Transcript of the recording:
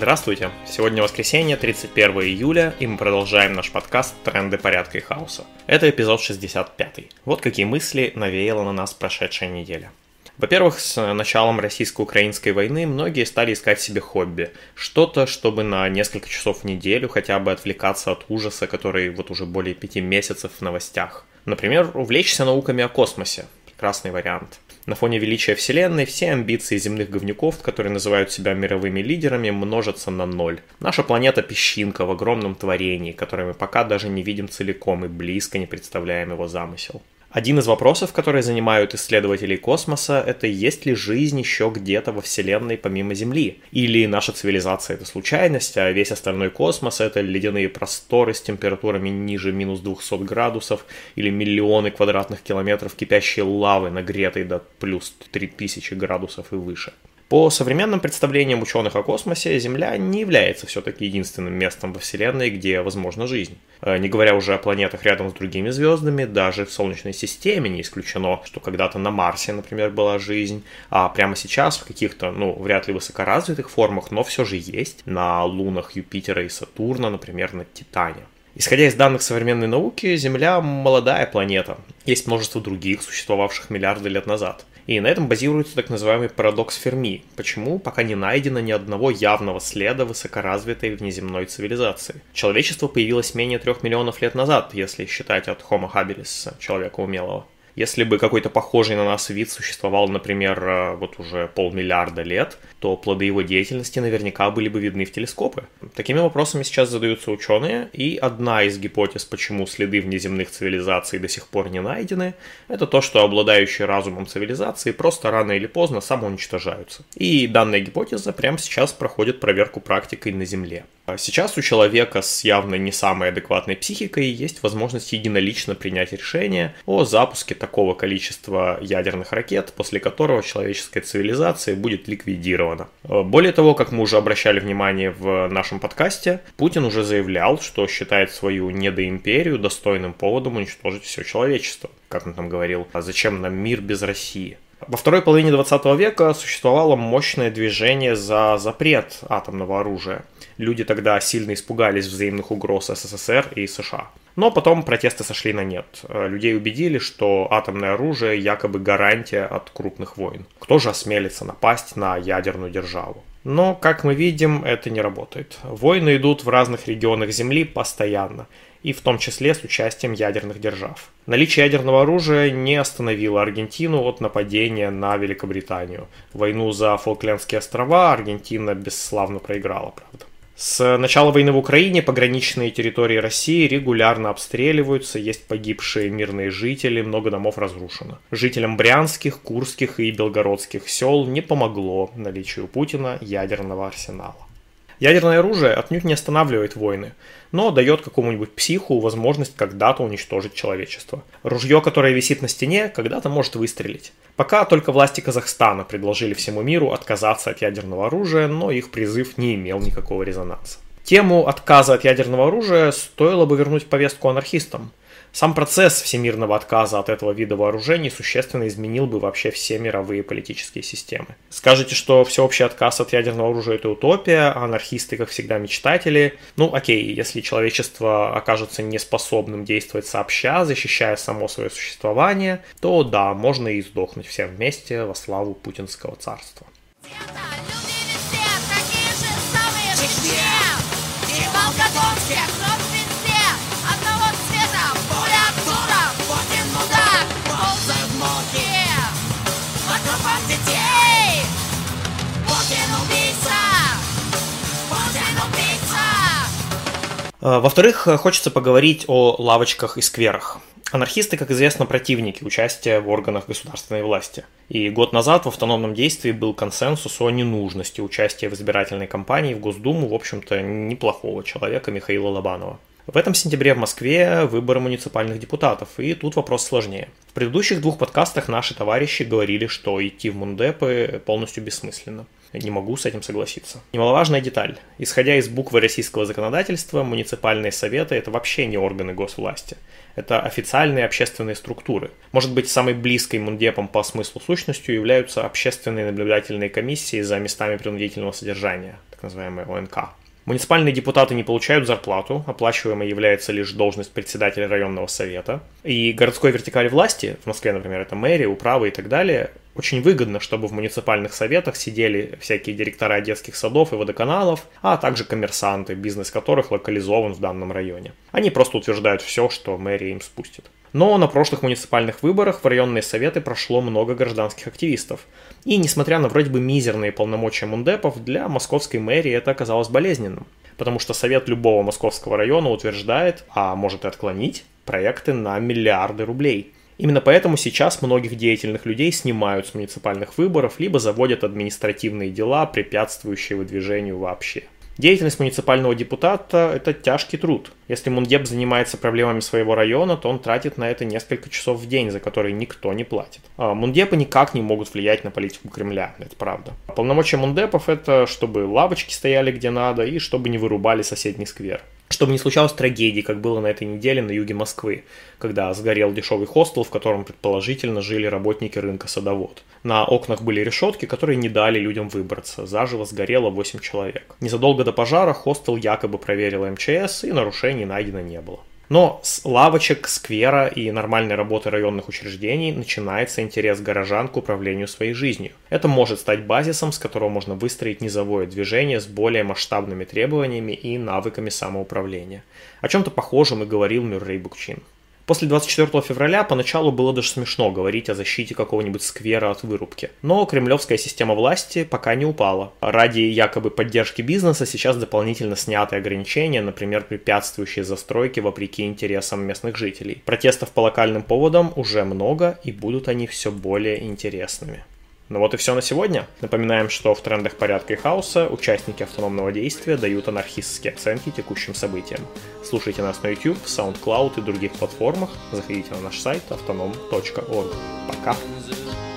Здравствуйте! Сегодня воскресенье, 31 июля, и мы продолжаем наш подкаст «Тренды порядка и хаоса». Это эпизод 65. Вот какие мысли навеяла на нас прошедшая неделя. Во-первых, с началом российско-украинской войны многие стали искать себе хобби. Что-то, чтобы на несколько часов в неделю хотя бы отвлекаться от ужаса, который вот уже более 5 месяцев в новостях. Например, увлечься науками о космосе. Прекрасный вариант. На фоне величия Вселенной все амбиции земных говнюков, которые называют себя мировыми лидерами, множатся на ноль. Наша планета – песчинка в огромном творении, которое мы пока даже не видим целиком и близко не представляем его замысел. Один из вопросов, которые занимают исследователей космоса, это есть ли жизнь еще где-то во Вселенной помимо Земли? Или наша цивилизация – это случайность, а весь остальной космос – это ледяные просторы с температурами ниже минус 200 градусов или миллионы квадратных километров кипящей лавы, нагретой до плюс 3000 градусов и выше. По современным представлениям ученых о космосе, Земля не является все-таки единственным местом во Вселенной, где возможна жизнь. Не говоря уже о планетах рядом с другими звездами, даже в Солнечной системе не исключено, что когда-то на Марсе, например, была жизнь, а прямо сейчас в каких-то, вряд ли высокоразвитых формах, но все же есть на лунах Юпитера и Сатурна, например, на Титане. Исходя из данных современной науки, Земля – молодая планета. Есть множество других, существовавших миллиарды лет назад. И на этом базируется так называемый парадокс Ферми. Почему пока не найдено ни одного явного следа высокоразвитой внеземной цивилизации? Человечество появилось менее 3 миллионов лет назад, если считать от Homo habilis, человека умелого. Если бы какой-то похожий на нас вид существовал, например, вот уже 500 миллиарда лет, то плоды его деятельности наверняка были бы видны в телескопы. Такими вопросами сейчас задаются ученые, и одна из гипотез, почему следы внеземных цивилизаций до сих пор не найдены, это то, что обладающие разумом цивилизации просто рано или поздно самоуничтожаются. И данная гипотеза прямо сейчас проходит проверку практикой на Земле. Сейчас у человека с явно не самой адекватной психикой есть возможность единолично принять решение о запуске такого количества ядерных ракет, после которого человеческая цивилизация будет ликвидирована. Более того, как мы уже обращали внимание в нашем подкасте, Путин уже заявлял, что считает свою недоимперию достойным поводом уничтожить все человечество. Как он там говорил, а зачем нам мир без России? Во второй половине 20 века существовало мощное движение за запрет атомного оружия. Люди тогда сильно испугались взаимных угроз СССР и США. Но потом протесты сошли на нет. Людей убедили, что атомное оружие якобы гарантия от крупных войн. Кто же осмелится напасть на ядерную державу? Но, как мы видим, это не работает. Войны идут в разных регионах Земли постоянно, и в том числе с участием ядерных держав. Наличие ядерного оружия не остановило Аргентину от нападения на Великобританию. Войну за Фолклендские острова Аргентина бесславно проиграла, правда. С начала войны в Украине пограничные территории России регулярно обстреливаются, есть погибшие мирные жители, много домов разрушено. Жителям брянских, курских и белгородских сел не помогло наличие у Путина ядерного арсенала. Ядерное оружие отнюдь не останавливает войны, но дает какому-нибудь психу возможность когда-то уничтожить человечество. Ружье, которое висит на стене, когда-то может выстрелить. Пока только власти Казахстана предложили всему миру отказаться от ядерного оружия, но их призыв не имел никакого резонанса. Тему отказа от ядерного оружия стоило бы вернуть в повестку анархистам. Сам процесс всемирного отказа от этого вида вооружений существенно изменил бы вообще все мировые политические системы. Скажете, что всеобщий отказ от ядерного оружия – это утопия, а анархисты, как всегда, мечтатели. Окей, если человечество окажется неспособным действовать сообща, защищая само свое существование, то да, можно и сдохнуть всем вместе во славу путинского царства. Во-вторых, хочется поговорить о лавочках и скверах. Анархисты, как известно, противники участия в органах государственной власти. И год назад в автономном действии был консенсус о ненужности участия в избирательной кампании в Госдуму, в общем-то, неплохого человека Михаила Лобанова. В этом сентябре в Москве выборы муниципальных депутатов, и тут вопрос сложнее. В предыдущих 2 подкастах наши товарищи говорили, что идти в мундепы полностью бессмысленно. Не могу с этим согласиться. Немаловажная деталь. Исходя из буквы российского законодательства, муниципальные советы – это вообще не органы госвласти. Это официальные общественные структуры. Может быть, самой близкой мундепом по смыслу сущностью являются общественные наблюдательные комиссии за местами принудительного содержания, так называемые ОНК. Муниципальные депутаты не получают зарплату, оплачиваемой является лишь должность председателя районного совета. И городской вертикали власти, в Москве, например, это мэрия, управа и так далее, очень выгодно, чтобы в муниципальных советах сидели всякие директора детских садов и водоканалов, а также коммерсанты, бизнес которых локализован в данном районе. Они просто утверждают все, что мэрия им спустит. Но на прошлых муниципальных выборах в районные советы прошло много гражданских активистов. И несмотря на вроде бы мизерные полномочия мундепов, для московской мэрии это оказалось болезненным. Потому что совет любого московского района утверждает, а может и отклонить, проекты на миллиарды рублей. Именно поэтому сейчас многих деятельных людей снимают с муниципальных выборов, либо заводят административные дела, препятствующие выдвижению вообще. Деятельность муниципального депутата – это тяжкий труд. Если мундеп занимается проблемами своего района, то он тратит на это несколько часов в день, за которые никто не платит. Мундепы никак не могут влиять на политику Кремля, это правда. Полномочия мундепов – это чтобы лавочки стояли где надо и чтобы не вырубали соседний сквер. Чтобы не случалось трагедий, как было на этой неделе на юге Москвы, когда сгорел дешевый хостел, в котором предположительно жили работники рынка Садовод. На окнах были решетки, которые не дали людям выбраться. Заживо сгорело 8 человек. Незадолго до пожара хостел якобы проверила МЧС, и нарушений найдено не было. Но с лавочек, сквера и нормальной работы районных учреждений начинается интерес горожан к управлению своей жизнью. Это может стать базисом, с которого можно выстроить низовое движение с более масштабными требованиями и навыками самоуправления. О чем-то похожем и говорил Мюррей Букчин. После 24 февраля поначалу было даже смешно говорить о защите какого-нибудь сквера от вырубки. Но кремлевская система власти пока не упала. Ради якобы поддержки бизнеса сейчас дополнительно сняты ограничения, например, препятствующие застройке вопреки интересам местных жителей. Протестов по локальным поводам уже много, и будут они все более интересными. Ну вот и все на сегодня. Напоминаем, что в трендах порядка и хаоса участники автономного действия дают анархистские оценки текущим событиям. Слушайте нас на YouTube, SoundCloud и других платформах. Заходите на наш сайт autonom.org. Пока!